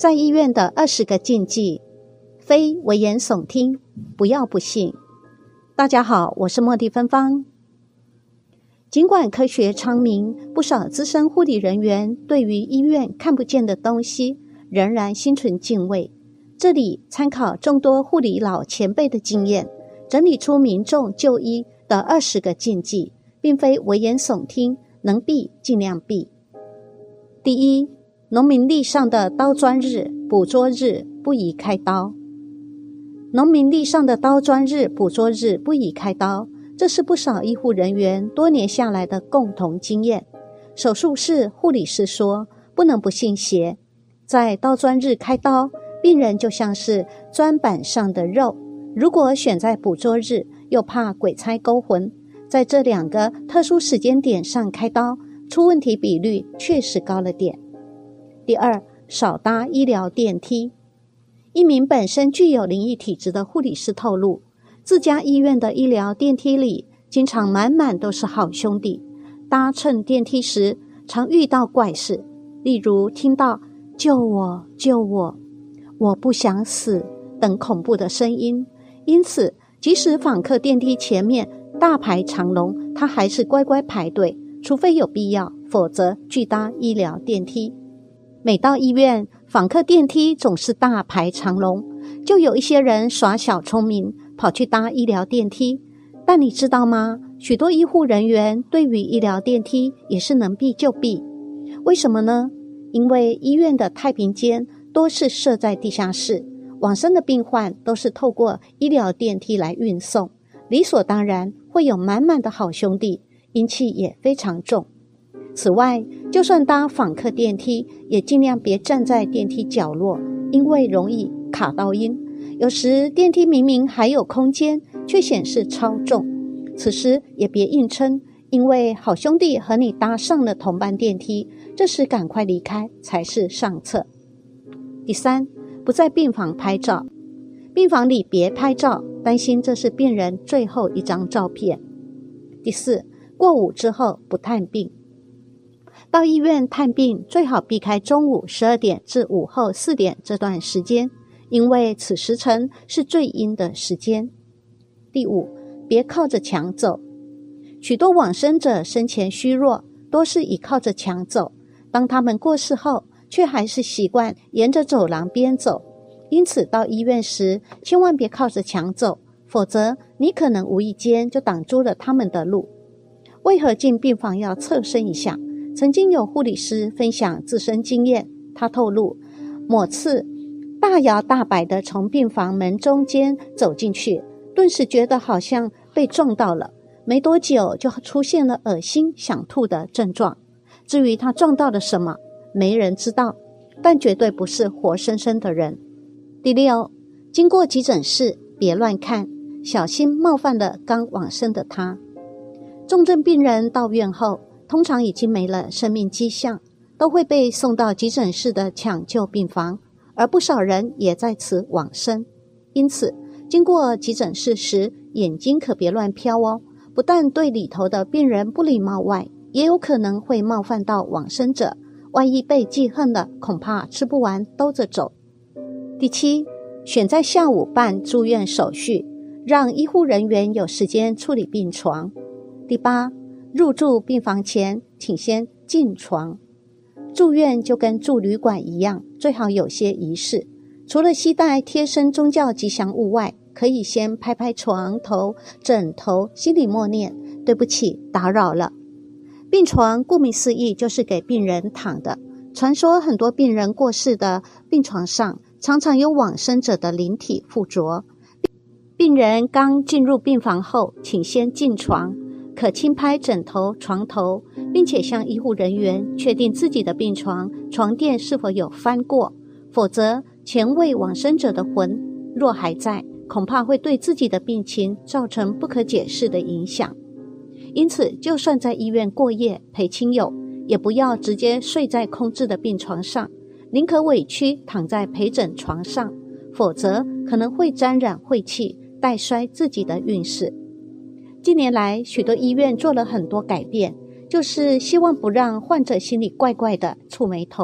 在医院的20个禁忌，非危言耸听，不要不信。大家好，我是茉莉芬芳。尽管科学昌明，不少资深护理人员对于医院看不见的东西仍然心存敬畏。这里参考众多护理老前辈的经验，整理出民众就医的20个禁忌，并非危言耸听，能避尽量避。第一，农民历上的刀钻日、捕捉日不宜开刀。农民历上的刀钻日、捕捉日不宜开刀，这是不少医护人员多年下来的共同经验。手术室护理师说，不能不信邪。在刀钻日开刀，病人就像是砧板上的肉，如果选在捕捉日，又怕鬼差勾魂，在这2个特殊时间点上开刀，出问题比率确实高了点。第二，少搭医疗电梯。一名本身具有灵异体质的护理师透露，自家医院的医疗电梯里经常满满都是好兄弟，搭乘电梯时常遇到怪事，例如听到救我救我，我不想死等恐怖的声音。因此即使访客电梯前面大排长龙，他还是乖乖排队，除非有必要，否则拒搭医疗电梯。每到医院，访客电梯总是大排长龙，就有一些人耍小聪明，跑去搭医疗电梯。但你知道吗？许多医护人员对于医疗电梯也是能避就避。为什么呢？因为医院的太平间多是设在地下室，往生的病患都是透过医疗电梯来运送，理所当然会有满满的好兄弟，阴气也非常重。此外，就算搭访客电梯，也尽量别站在电梯角落，因为容易卡到阴。有时电梯明明还有空间，却显示超重，此时也别硬撑，因为好兄弟和你搭上了同班电梯，这时赶快离开才是上策。第三，不在病房拍照。病房里别拍照，担心这是病人最后一张照片。第四，过午之后不探病。到医院探病，最好避开中午12点至午后4点这段时间，因为此时辰是最阴的时间。第五，别靠着墙走。许多往生者生前虚弱，多是倚靠着墙走，当他们过世后，却还是习惯沿着走廊边走。因此到医院时，千万别靠着墙走，否则你可能无意间就挡住了他们的路。为何进病房要侧身一下？曾经有护理师分享自身经验，他透露，某次大摇大摆地从病房门中间走进去，顿时觉得好像被撞到了，没多久就出现了恶心想吐的症状。至于他撞到了什么，没人知道，但绝对不是活生生的人。第六，经过急诊室别乱看，小心冒犯了刚往生的他。重症病人到院后，通常已经没了生命迹象，都会被送到急诊室的抢救病房，而不少人也在此往生。因此经过急诊室时，眼睛可别乱瞟哦，不但对里头的病人不礼貌外，也有可能会冒犯到往生者，万一被记恨了，恐怕吃不完兜着走。第七，选在下午办住院手续，让医护人员有时间处理病床。第八，入住病房前，请先进床。住院就跟住旅馆一样，最好有些仪式。除了携带贴身宗教吉祥物外，可以先拍拍床头、枕头，心里默念：对不起，打扰了。病床顾名思义就是给病人躺的。传说很多病人过世的病床上，常常有往生者的灵体附着。病人刚进入病房后，请先进床。可轻拍枕头、床头，并且向医护人员确定自己的病床床垫是否有翻过，否则前位往生者的魂若还在，恐怕会对自己的病情造成不可解释的影响。因此，就算在医院过夜陪亲友，也不要直接睡在空置的病床上，宁可委屈躺在陪诊床上，否则可能会沾染晦气，带衰自己的运势。近年来，许多医院做了很多改变，就是希望不让患者心里怪怪的、触霉头，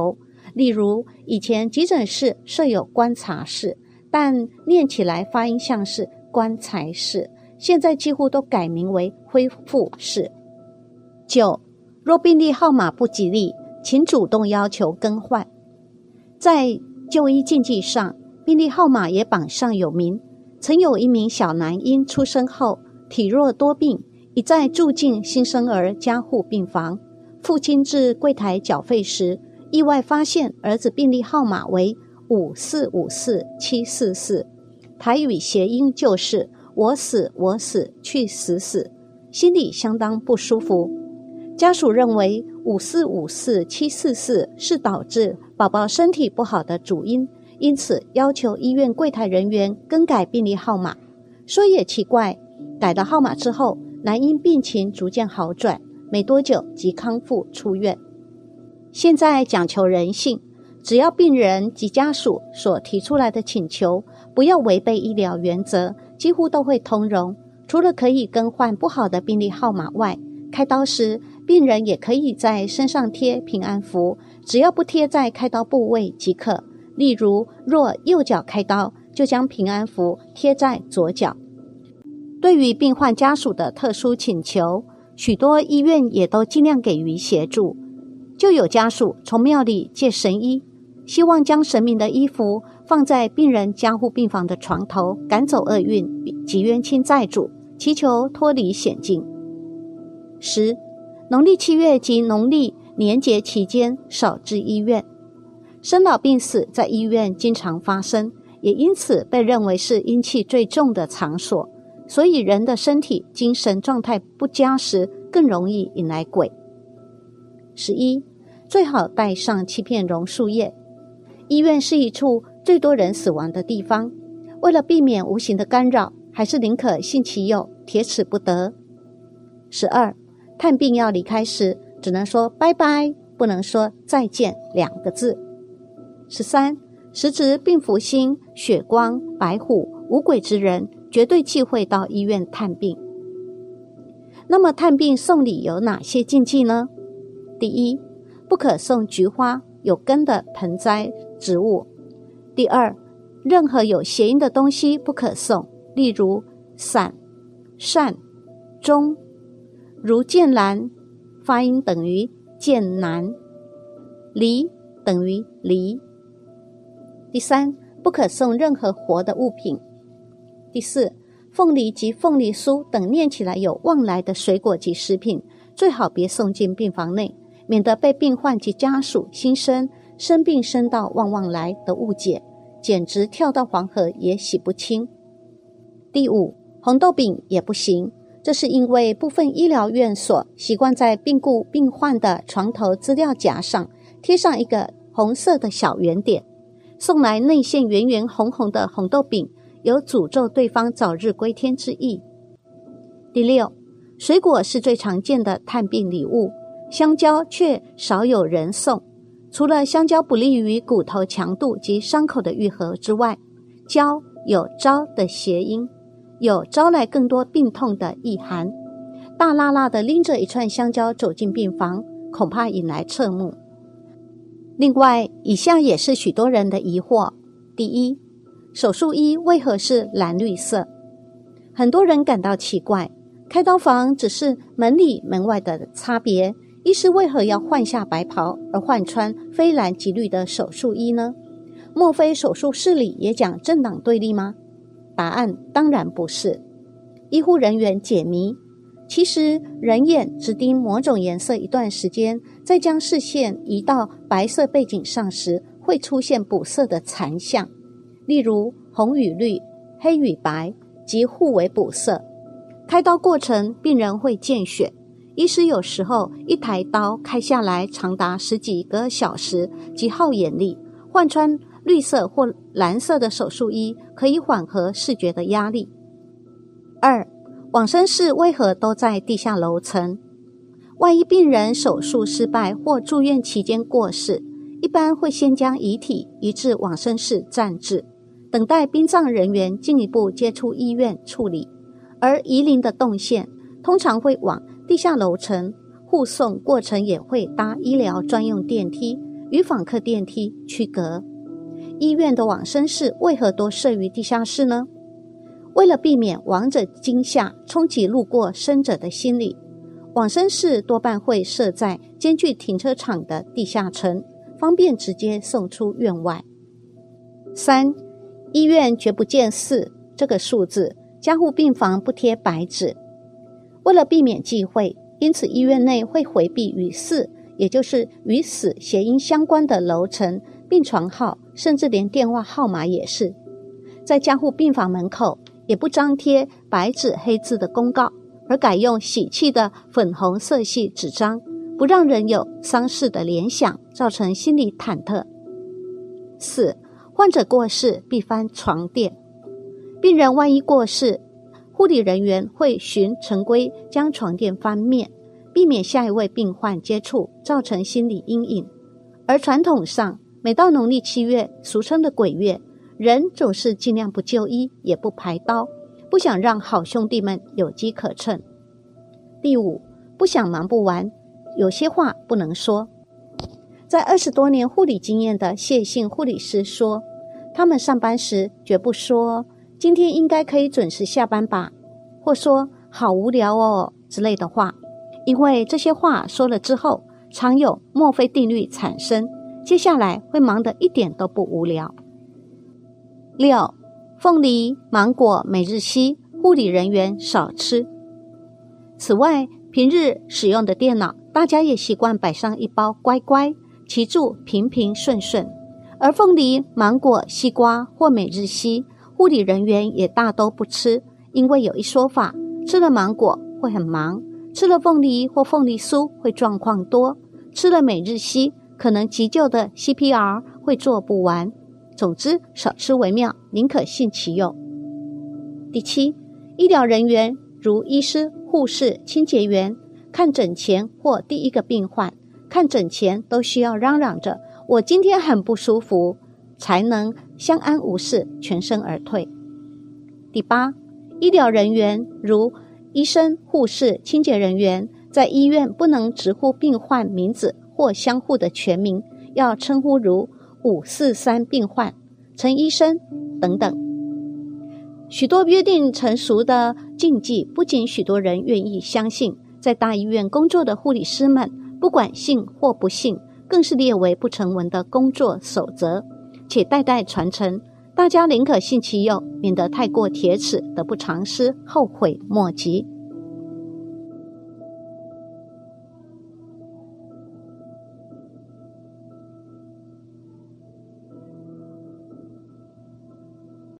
例如，以前急诊室设有观察室，但念起来发音像是棺材室，现在几乎都改名为恢复室。9. 若病历号码不吉利，请主动要求更换。在就医禁忌上，病历号码也榜上有名。曾有一名小男婴出生后体弱多病，一再住进新生儿加护病房。父亲至柜台缴费时，意外发现儿子病历号码为5454744，台语谐音就是我死我死去死死，心里相当不舒服。家属认为5454744是导致宝宝身体不好的主因，因此要求医院柜台人员更改病历号码。说也奇怪，改了号码之后，男婴病情逐渐好转，没多久即康复出院。现在讲求人性，只要病人及家属所提出来的请求不要违背医疗原则，几乎都会通融。除了可以更换不好的病历号码外，开刀时病人也可以在身上贴平安符，只要不贴在开刀部位即可。例如，若右脚开刀，就将平安符贴在左脚。对于病患家属的特殊请求，许多医院也都尽量给予协助。就有家属从庙里借神衣，希望将神明的衣服放在病人加护病房的床头，赶走厄运及冤亲债主，祈求脱离险境。10. 农历7月及农历年节期间少至医院。生老病死在医院经常发生，也因此被认为是阴气最重的场所，所以人的身体精神状态不佳时更容易引来鬼。11. 最好带上7片榕树叶。医院是一处最多人死亡的地方，为了避免无形的干扰，还是宁可信其有，铁齿不得。12. 探病要离开时，只能说拜拜，不能说再见2个字。13. 时值病符星、血光、白虎、五鬼之人，绝对忌讳到医院探病。那么探病送礼有哪些禁忌呢？第一，不可送菊花、有根的盆栽植物。第二，任何有谐音的东西不可送，例如伞、扇、钟。如剑兰，发音等于剑南；梨等于梨。第三，不可送任何活的物品。第四，凤梨及凤梨酥等念起来有旺来的水果及食品，最好别送进病房内，免得被病患及家属心生病生到旺旺来的误解，简直跳到黄河也洗不清。第五，红豆饼也不行。这是因为部分医疗院所习惯在病故病患的床头资料夹上贴上一个红色的小圆点，送来内馅圆圆红红的红豆饼，有诅咒对方早日归天之意。第六，水果是最常见的探病礼物，香蕉却少有人送。除了香蕉不利于骨头强度及伤口的愈合之外，蕉有招的谐音，有招来更多病痛的意涵。大辣辣的拎着一串香蕉走进病房，恐怕引来侧目。另外，以下也是许多人的疑惑。第一，手术衣为何是蓝绿色？很多人感到奇怪，开刀房只是门里门外的差别，医师为何要换下白袍而换穿非蓝即绿的手术衣呢？莫非手术室里也讲政党对立吗？答案当然不是。医护人员解谜，其实人眼只盯某种颜色一段时间，再将视线移到白色背景上时，会出现补色的残像，例如红与绿、黑与白，即互为补色。开刀过程病人会见血，医师有时候一台刀开下来长达10几个小时，极耗眼力，换穿绿色或蓝色的手术衣可以缓和视觉的压力。2. 往生室为何都在地下楼层？万一病人手术失败或住院期间过世，一般会先将遗体移至往生室暂置，等待殡葬人员进一步接触医院处理。而移灵的动线通常会往地下楼层，护送过程也会搭医疗专用电梯， 与访客电梯区隔。医院的往生室为何多设于地下室呢？为了避免亡者惊吓冲击路过生者的心理，往生室多半会设在兼具停车场的地下层，方便直接送出院外。3. 医院绝不见4这个数字，加护病房不贴白纸。为了避免忌讳，因此医院内会回避与4，也就是与死谐音相关的楼层、病床号，甚至连电话号码也是。在加护病房门口也不张贴白纸黑字的公告，而改用喜气的粉红色系纸张，不让人有丧事的联想，造成心理忐忑。4. 患者过世必翻床垫。病人万一过世，护理人员会循陈规将床垫翻面，避免下一位病患接触，造成心理阴影。而传统上，每到农历7月，俗称的鬼月，人总是尽量不就医，也不排刀，不想让好兄弟们有机可乘。第5，不想忙不完，有些话不能说。在20多年护理经验的谢姓护理师说，他们上班时绝不说今天应该可以准时下班吧，或说好无聊哦之类的话，因为这些话说了之后，常有墨菲定律产生，接下来会忙得一点都不无聊。6. 凤梨、芒果每日稀，护理人员少吃。此外，平日使用的电脑，大家也习惯摆上一包乖乖，祈祝平平顺顺。而凤梨、芒果、西瓜或每日稀，护理人员也大都不吃，因为有一说法，吃了芒果会很忙，吃了凤梨或凤梨酥会状况多，吃了每日稀可能急救的 CPR 会做不完。总之，少吃为妙，宁可信其有。第7，医疗人员如医师、护士、清洁员，看诊前或第一个病患，看诊前都需要嚷嚷着我今天很不舒服，才能相安无事，全身而退。第8，医疗人员如医生、护士、清洁人员，在医院不能直呼病患名字或相互的全名，要称呼如543病患、陈医生等等。许多约定成熟的禁忌，不仅许多人愿意相信，在大医院工作的护理师们，不管信或不信，更是列为不成文的工作守则，且代代传承。大家宁可信其有，免得太过铁齿，得不偿失，后悔莫及。